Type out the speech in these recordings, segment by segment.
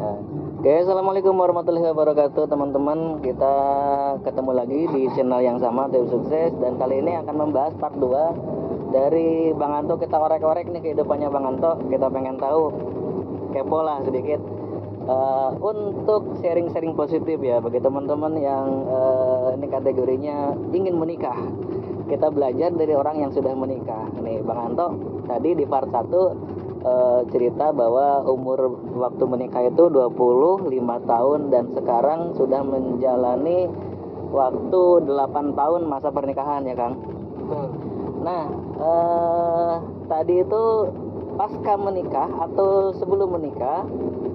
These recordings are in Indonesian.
Oke, assalamualaikum warahmatullahi wabarakatuh teman-teman. Kita ketemu lagi di channel yang sama, Dewi Sukses. Dan kali ini akan membahas part 2 dari Bang Anto. Kita orek-orek nih kehidupannya Bang Anto. Kita pengen tahu, kepo lah sedikit, untuk sharing-sharing positif ya bagi teman-teman yang ini kategorinya ingin menikah. Kita belajar dari orang yang sudah menikah. Nih Bang Anto tadi di part 1 cerita bahwa umur waktu menikah itu 25 tahun dan sekarang sudah menjalani waktu 8 tahun masa pernikahan ya Kang. Nah tadi itu pasca menikah atau sebelum menikah,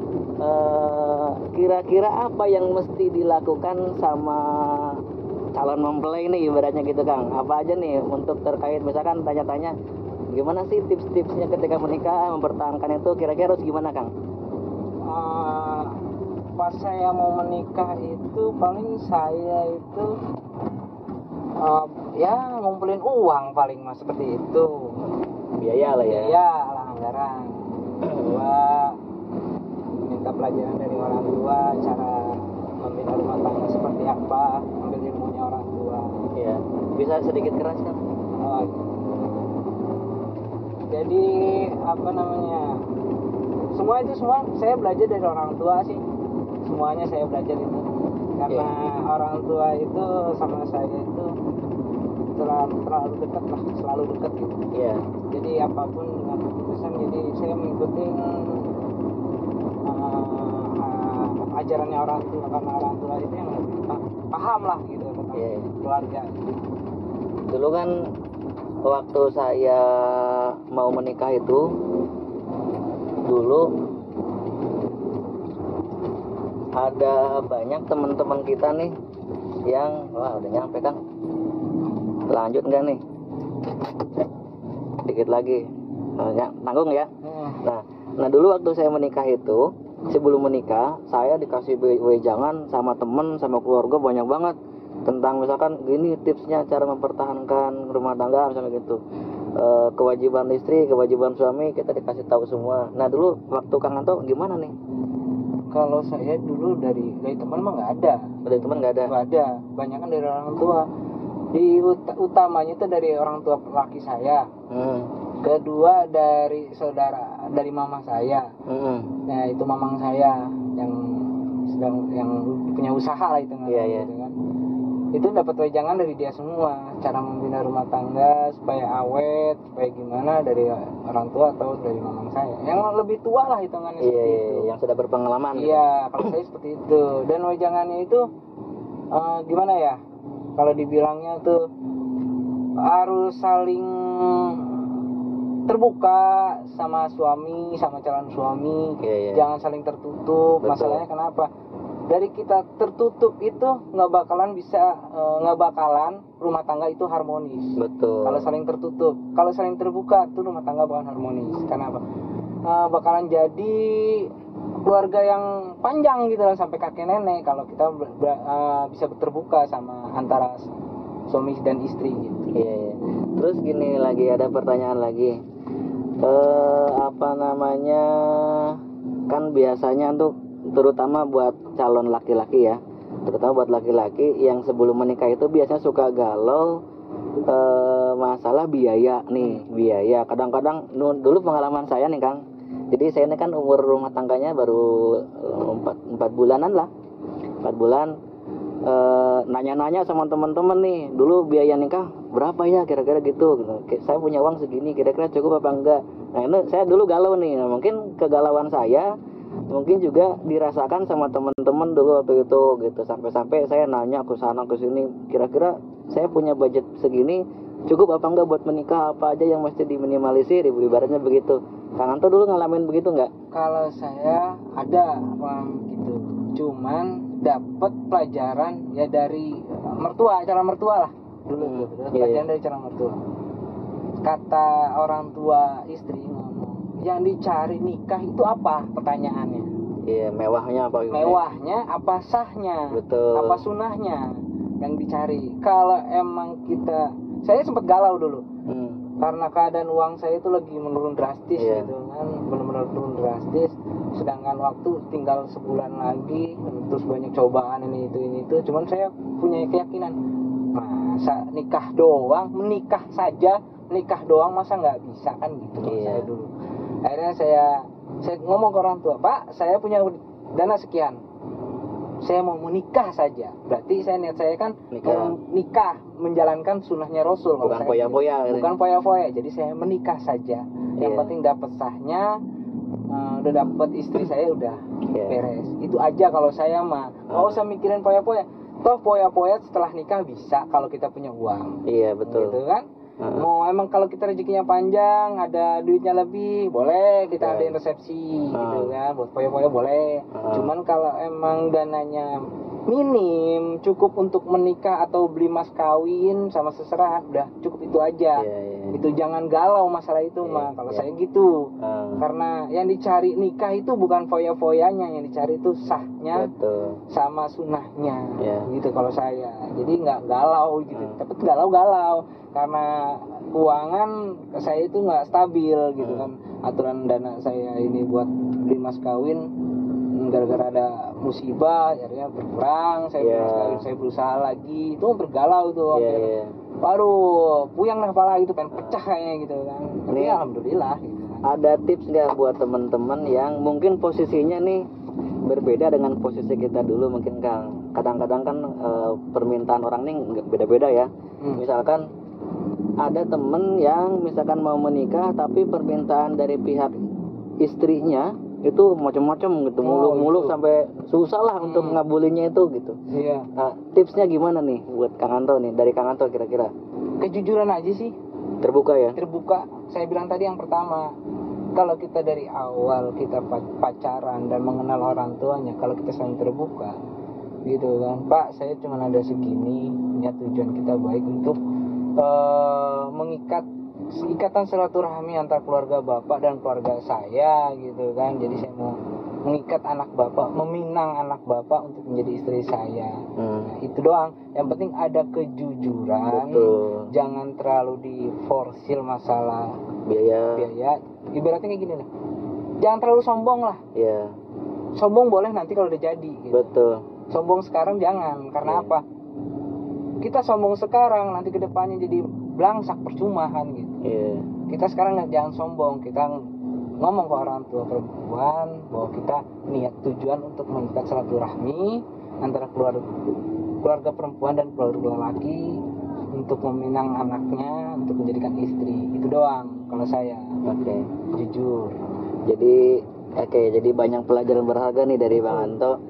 kira-kira apa yang mesti dilakukan sama calon mempelai ini ibaratnya gitu Kang? Apa aja nih untuk terkait misalkan tanya-tanya gimana sih tips-tipsnya ketika menikah mempertahankan itu, kira-kira harus gimana Kang? Pas saya mau menikah itu paling saya itu ya ngumpulin uang paling mas, seperti itu. Biaya lah ya. Biaya lah, anggaran. Kedua, minta pelajaran dari orang tua, cara membina rumah tangga seperti apa, ambil ilmunya orang tua. Iya. Bisa sedikit keras kan? Jadi apa namanya, semua saya belajar dari orang tua sih, semuanya saya belajar itu karena orang tua itu sama saya itu terlalu dekat lah, selalu dekat gitu. Jadi apapun dengan keputusan, jadi saya mengikuti ajarannya orang tua, karena orang tua itu yang lebih paham lah gitu tentang keluarga. Dulu kan waktu saya mau menikah itu, dulu ada banyak teman-teman kita nih yang udah nyampe Kang, lanjut nggak nih? Dikit lagi, tanggung ya. Nah dulu waktu saya menikah itu, sebelum menikah saya dikasih wejangan sama temen sama keluarga banyak banget tentang misalkan gini tipsnya cara mempertahankan rumah tangga misalnya gitu, kewajiban istri, kewajiban suami, kita dikasih tahu semua. Nah dulu waktu Kang Anto gimana nih? Kalau saya dulu dari teman mah nggak ada. Dari teman nggak ada? Nggak ada, banyak kan dari orang tua. Utamanya itu dari orang tua laki saya. Kedua dari saudara, dari mama saya. Nah itu mamang saya yang punya usaha lah itu kan. Gitu kan. Itu dapat wejangan dari dia semua, cara membina rumah tangga supaya awet, supaya gimana, dari orang tua atau dari mamang saya yang lebih tua lah hitungannya. Itu yang sudah berpengalaman. Kalau saya seperti itu. Dan wejangannya itu gimana ya, kalau dibilangnya tuh harus saling terbuka sama suami, sama calon suami. Jangan saling tertutup. Betul. Masalahnya kenapa? Dari kita tertutup itu nggak bakalan rumah tangga itu harmonis. Betul. Kalau saling tertutup, kalau saling terbuka tuh rumah tangga bakalan harmonis. Kenapa? Bakalan jadi keluarga yang panjang gitu lah, sampai kakek nenek kalau kita bisa terbuka sama antara suami dan istri gitu. Terus gini lagi, ada pertanyaan lagi, apa namanya, kan biasanya untuk terutama buat calon laki-laki ya, terutama buat laki-laki yang sebelum menikah itu biasanya suka galau masalah biaya nih. Biaya kadang-kadang, dulu pengalaman saya nih Kang, jadi saya ini kan umur rumah tangganya baru 4 bulanan lah, 4 bulan. Nanya-nanya sama teman-teman nih, dulu biaya nikah berapa ya kira-kira gitu. Saya punya uang segini, kira-kira cukup apa enggak? Nah ini saya dulu galau nih. Nah, mungkin kegalauan saya mungkin juga dirasakan sama teman-teman dulu waktu itu gitu, sampai-sampai saya nanya ke sana ke sini, kira-kira saya punya budget segini cukup apa enggak buat menikah, apa aja yang mesti diminimalisir, ibaratnya begitu. Kang Anto dulu ngalamin begitu enggak? Kalau saya ada gitu, cuman dapat pelajaran ya dari calon mertua lah dulu. Pelajaran dari calon mertua. Kata orang tua istri ngomong, yang dicari nikah itu apa? Pertanyaannya. Mewahnya apa? Mewahnya apa sahnya? Betul. Apa sunahnya yang dicari? Kalau emang saya sempat galau dulu. karena keadaan uang saya itu lagi menurun drastis gitu kan, benar-benar turun drastis. Sedangkan waktu tinggal sebulan lagi, terus banyak cobaan ini itu. Cuman saya punya keyakinan, masa nikah doang masa nggak bisa kan gitu. Saya dulu akhirnya saya ngomong ke orang tua, Pak, saya punya dana sekian, saya mau menikah saja. Berarti niat saya kan nikah menjalankan sunnahnya Rasul, bukan foya-foya. Jadi saya menikah saja. Yang penting dapat sahnya, udah dapat istri saya udah beres. Itu aja kalau saya mah. Nggak usah mikirin foya-foya. Toh foya-foya setelah nikah bisa kalau kita punya uang. Iya betul. Gitu kan? Mau emang kalau kita rezekinya panjang, ada duitnya lebih, boleh kita adain resepsi gitu kan, buat foya-foya boleh. Cuman kalau emang dananya minim, cukup untuk menikah atau beli mas kawin sama seserahan, udah cukup itu aja. Itu jangan galau masalah itu mah. Kalau saya gitu, karena yang dicari nikah itu bukan foya-foyanya, yang dicari itu sahnya sama sunnahnya. Gitu kalau saya. Jadi nggak galau gitu. Tapi galau-galau karena keuangan saya itu nggak stabil gitu kan. Aturan dana saya ini buat beli mas kawin gara-gara ada musibah akhirnya berkurang. Saya berusaha lagi, itu bergalau tuh baru puyang lah kepala gitu, pengen pecah kayaknya gitu kan. Tapi alhamdulillah gitu. Ada tips nggak buat teman-teman yang mungkin posisinya nih berbeda dengan posisi kita dulu mungkin, Kang? Kadang-kadang kan permintaan orang nih beda-beda ya. Misalkan ada temen yang misalkan mau menikah tapi permintaan dari pihak istrinya itu macam-macam gitu, muluk-muluk sampai susah lah untuk ngabulinnya itu gitu. Nah, tipsnya gimana nih buat Kang Anto nih, dari Kang Anto kira-kira? Kejujuran aja sih. Terbuka ya? Terbuka. Saya bilang tadi yang pertama, kalau kita dari awal kita pacaran dan mengenal orang tuanya, kalau kita saling terbuka gitu kan, Pak, saya cuma ada segini, niat tujuan kita baik untuk mengikat ikatan silaturahmi antara keluarga bapak dan keluarga saya gitu kan. Jadi saya mau mengikat anak bapak, meminang anak bapak untuk menjadi istri saya. Nah, itu doang. Yang penting ada kejujuran. Jangan terlalu diforsil masalah biaya. Ibaratnya kayak gini lah, jangan terlalu sombong lah. Sombong boleh nanti kalau udah jadi gitu. Sombong sekarang jangan. Karena apa? Kita sombong sekarang, nanti kedepannya jadi belangsak, percuma kan gitu. Kita sekarang jangan sombong, kita ngomong ke orang tua perempuan bahwa kita niat tujuan untuk mengikat silaturahmi antara keluarga perempuan dan keluarga laki untuk meminang anaknya untuk menjadikan istri. Itu doang kalau saya. Jujur. Jadi banyak pelajaran berharga nih dari Bang Anto.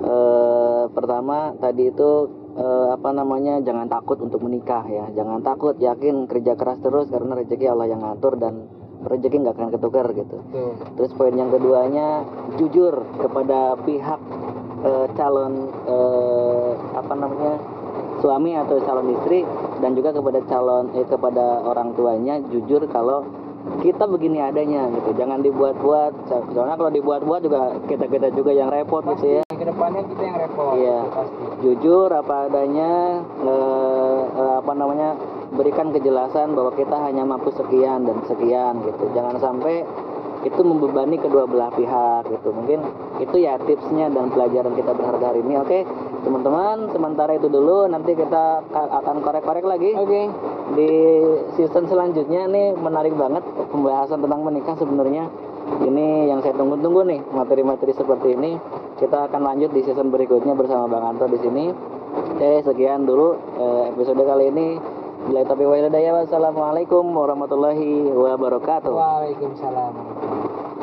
Pertama tadi itu jangan takut untuk menikah ya, jangan takut, yakin, kerja keras terus karena rezeki Allah yang ngatur dan rezeki nggak akan ketukar gitu. Terus poin yang keduanya, jujur kepada pihak calon suami atau calon istri, dan juga kepada orang tuanya, jujur kalau kita begini adanya gitu, jangan dibuat-buat. Soalnya kalau dibuat-buat juga kita juga yang repot pasti, gitu ya. Kedepannya kita yang repot. Pasti. Jujur apa adanya, berikan kejelasan bahwa kita hanya mampu sekian dan sekian gitu. Jangan sampai itu membebani kedua belah pihak gitu. Mungkin itu ya tipsnya dan pelajaran kita berharga hari ini. Oke, teman-teman, sementara itu dulu, nanti kita akan korek-korek lagi di season selanjutnya. Nih menarik banget pembahasan tentang menikah sebenarnya. Ini yang saya tunggu-tunggu nih, materi-materi seperti ini. Kita akan lanjut di season berikutnya bersama Bang Anto di sini. Oke, sekian dulu episode kali ini. Wassalamualaikum warahmatullahi wabarakatuh. Waalaikumsalam.